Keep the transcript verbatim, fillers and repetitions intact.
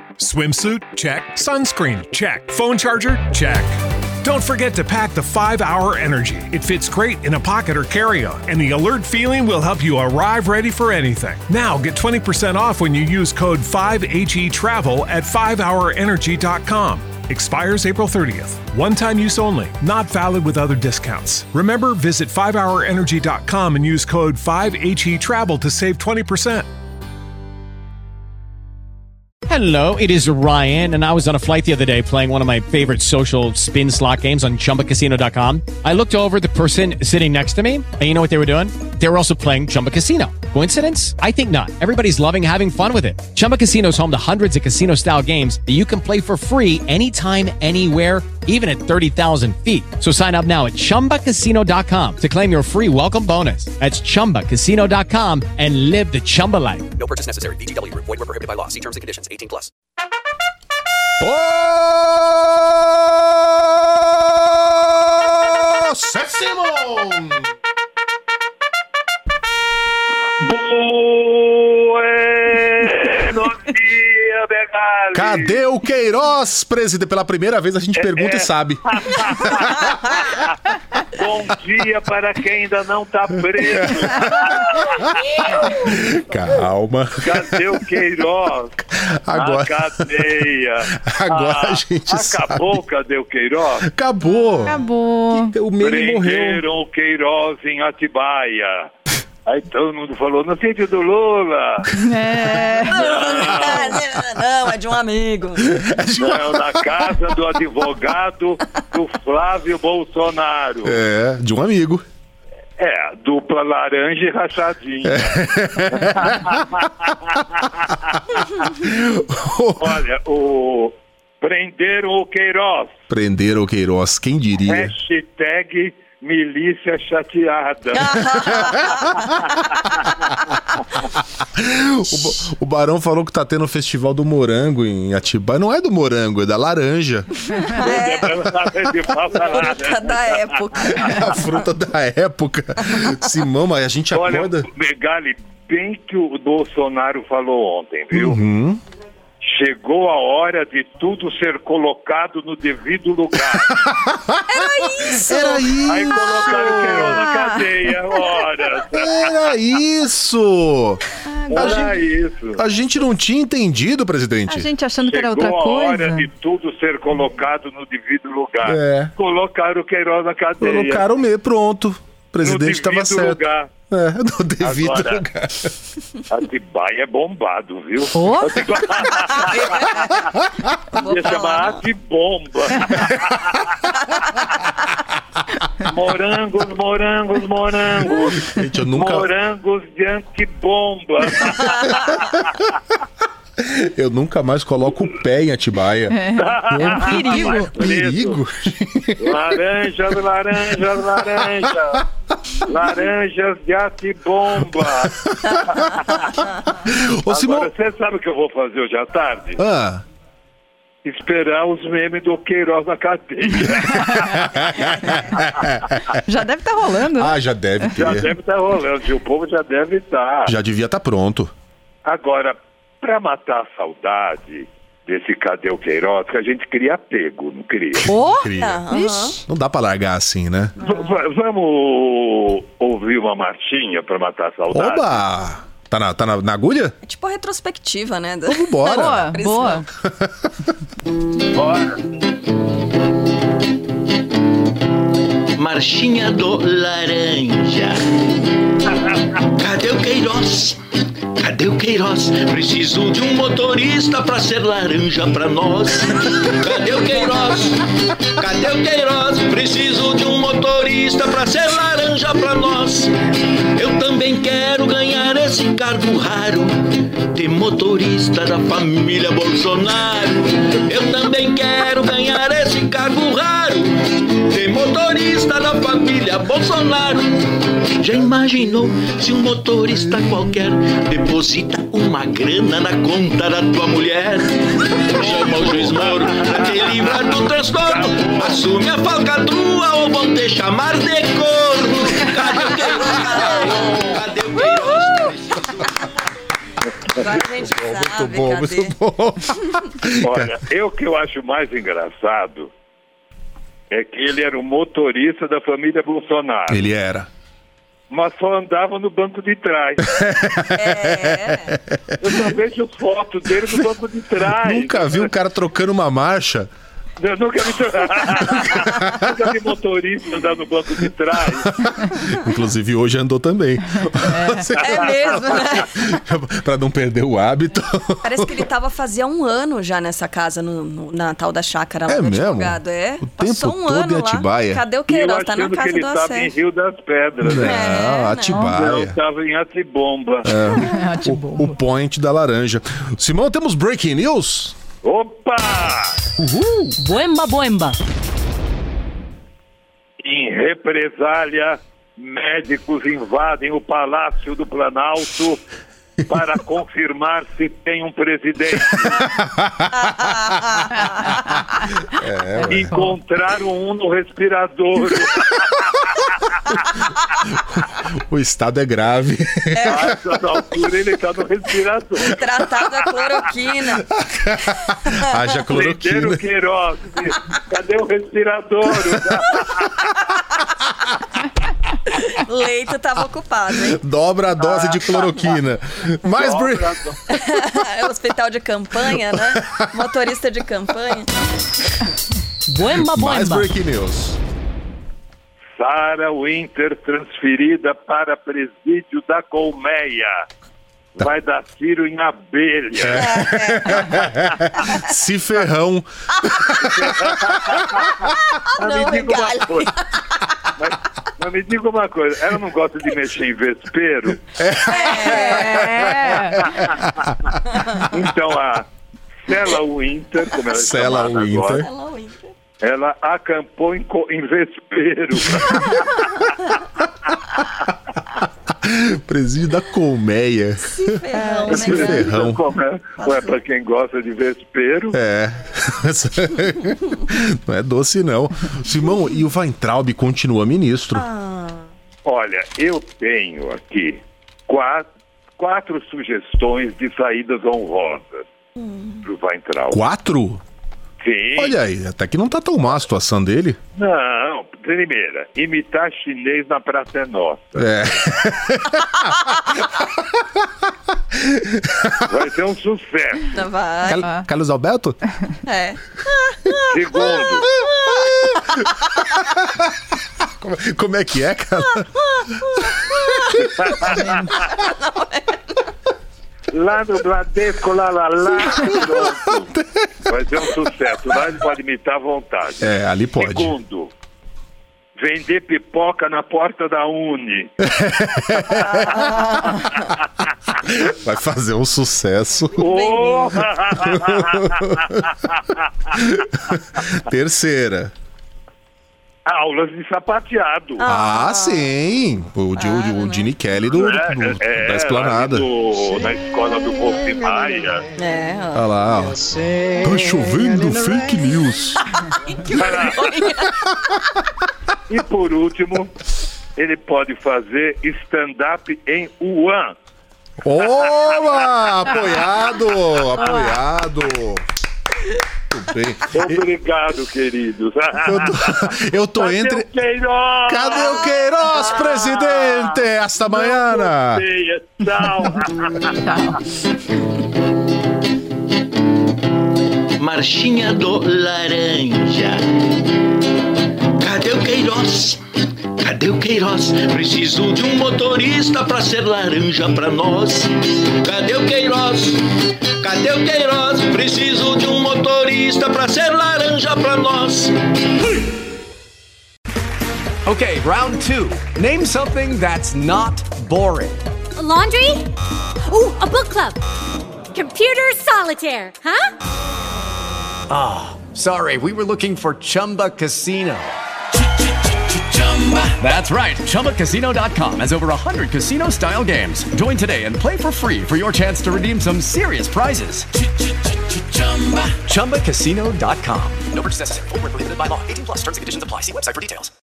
Swimsuit? Check. Sunscreen? Check. Phone charger? Check. Don't forget to pack the five hour Energy. It fits great in a pocket or carry-on, and the alert feeling will help you arrive ready for anything. Now get twenty percent off when you use code five H E travel at five hour energy dot com. Expires April thirtieth. One-time use only. Not valid with other discounts. Remember, visit five hour energy dot com and use code five H E travel to save twenty percent. Hello, it is Ryan, and I was on a flight the other day playing one of my favorite social spin slot games on chumba casino dot com. I looked over at the person sitting next to me, and you know what they were doing? They were also playing Chumba Casino. Coincidence? I think not. Everybody's loving having fun with it. Chumba Casino is home to hundreds of casino-style games that you can play for free anytime, anywhere, even at thirty thousand feet. So sign up now at chumba casino dot com to claim your free welcome bonus. That's chumba casino dot com and live the Chumba life. No purchase necessary. V G W. Void where prohibited by law. See terms and conditions. eighteen plus. Oh, Simon! Buenos dias, Begali. Cadê o Queiroz, presidente? Pela primeira vez a gente pergunta É. e sabe. Bom dia para quem ainda não tá preso. Calma. Cadê o Queiroz? Agora- Na cadeia. Agora a gente Acabou, sabe. cadê o Queiroz? Acabou. Acabou. O meme morreu. Prenderam o Queiroz em Atibaia. Aí todo mundo falou, no sítio do Lula. É. Não, é de um amigo. Não, na casa do advogado do Flávio Bolsonaro. É, de um amigo. É, dupla laranja e rachadinha. Olha, o... prenderam o Queiroz. Prenderam o Queiroz, quem diria? Hashtag milícia chateada. o, Ba- o Barão falou que tá tendo o festival do morango em Atibaia. Não é do morango, é da laranja. Fruta da época. A fruta da época. Simão, mas a gente Olha, acorda... Megali, bem que o Bolsonaro falou ontem, viu? Uhum. Chegou a hora de tudo ser colocado no devido lugar. Era isso! Era isso! Aí colocaram o Queiroz na cadeia, ora. Era isso! A Era gente, isso. a gente não tinha entendido, presidente. A gente achando que era Chegou outra a hora coisa. de tudo ser colocado no devido lugar. É. Colocaram o Queiroz na cadeia. Colocaram me pronto. O no presidente estava devido certo. lugar. É, no devido Agora- lugar. Atibaia é bombado, viu? Oh. Vou Ia chamar falar. Atibomba. Morangos, morangos, morangos. Gente, eu nunca, Morangos de antibomba. eu nunca mais coloco o pé em Atibaia. É um perigo. Perigo. Laranjas, laranjas, laranja. Laranjas de Atibomba. Ô, Simão... Agora, você sabe o que eu vou fazer hoje à tarde? Ah, Esperar os memes do Queiroz na cadeia. Já deve estar rolando, né? ah, já deve ter. Já deve estar rolando, o povo já deve estar. Já devia estar pronto. Agora, pra matar a saudade desse Cadê o Queiroz, que a gente cria apego, não cria? Oh, Cria. Aham. ixi. Não dá pra largar assim, né? V- v- vamos ouvir uma marchinha pra matar a saudade? Oba! Tá na, tá na, na agulha? É tipo a retrospectiva, né? da- Vambora! Boa, boa. Bora. Marchinha do Laranja. Cadê o Queiroz? Cadê o Queiroz? Preciso de um motorista pra ser laranja pra nós. Cadê o Queiroz? Cadê o Queiroz? Preciso de um motorista pra ser laranja pra nós. Eu também quero ganhar esse cargo raro de motorista da família Bolsonaro. Eu também quero ganhar esse cargo raro de motorista da família Bolsonaro. Já imaginou se um motorista qualquer deposita uma grana na conta da tua mulher? Chama o juiz Moro pra te livrar do transtorno. Assume a falcatrua ou vão te chamar de corno. Cadê o Queiroz? Cadê o Queiroz? Agora a gente sabe, Muito bom, cadê? muito bom. Olha, eu que eu acho mais engraçado é que ele era o motorista da família Bolsonaro, Ele era. mas só andava no banco de trás. É. Eu só vejo foto dele no banco de trás. Nunca vi um cara trocando uma marcha. Eu nunca vi, nunca vi motorista andar no banco de trás. Inclusive hoje andou também. É mesmo, né? Pra não perder o hábito. Parece que ele tava fazia um ano já nessa casa, no, no- na tal da chácara lá É do mesmo? advogado. É, O passou tempo um todo ano em lá. Atibaia. Cadê o E eu Queiroz? Tá na achando que casa ele do estava em Acé. Rio das Pedras. Não, Né? não. Atibaia. Eu estava em Atibomba. O, o point da laranja. Simão, temos breaking news? Opa! Boemba, boemba. Em represália, médicos invadem o Palácio do Planalto para confirmar se tem um presidente. Encontraram um no respirador. O estado é grave. A essa altura ele está no respirador. Tratado a cloroquina. Haja Prenderam cloroquina. o Queiroz. Cadê o respirador? O leito tava ocupado, hein? Dobra a dose de cloroquina. Mais break. É o hospital de campanha, né? Motorista de campanha. Boemba, Mais boemba. breaking news. Sarah Winter transferida para presídio da Colmeia. Vai dar tiro em abelha. Se ferrão. Mas Não, me diga uma regalha. coisa. Mas, mas me diga uma coisa. Ela não gosta de mexer em vespeiro? É. Então a Cela Winter, como ela é Cela chamada Winter. agora, ela acampou em, co- em vespeiro. Presídio da Colmeia. Ferrão, Se né? ferrão. Como é? Ué, pra quem gosta de vespeiro. É. Não é doce, não. Simão, e o Weintraub continua ministro. Olha, eu tenho aqui quatro, quatro sugestões de saídas honrosas pro Weintraub. Quatro? Sim. Olha aí, até que não tá tão má a situação dele. Não, primeira, imitar chinês na Praça é Nossa. É. Vai ser um sucesso. Vai. Cal- Carlos Alberto? É. Segundo, Como, como é que é, cara? lá no Bradesco, lá, lá, lá. Pronto. Vai ser um sucesso. Lá ele pode imitar à vontade. É, ali pode. Segundo, vender pipoca na porta da Uni. Vai fazer um sucesso. Oh! Terceira. Aulas de sapateado. Ah, sim. O, de, o, o Gene Kelly do, do- do- É, da Esplanada. lá do- na escola do Wolf Maia. É, ó. Olha lá, ó. Tá chovendo fake news. E por último, ele pode fazer stand-up em Wuhan. Oba! Apoiado! Apoiado! Muito bem. Obrigado, queridos. Eu tô, eu tô Cadê entre. o Queiroz? Cadê o Queiroz, presidente? Hasta amanhã. Ceia, tchau. Marchinha do Laranja. Cadê o Queiroz? Cadê o Queiroz? Preciso de um motorista pra ser laranja pra nós. Cadê o Queiroz? Cadê o Queiroz? Preciso de um motorista pra ser laranja pra nós. Okay, round two. Name something that's not boring. A laundry? Ooh, a book club. Computer solitaire, huh? Ah, sorry, we were looking for Chumba Casino. That's right, Chumba Casino dot com has over one hundred casino-style games. Join today and play for free for your chance to redeem some serious prizes. Chumba Casino dot com. No purchase necessary. Void where prohibited by law. eighteen plus terms and conditions apply. See website for details.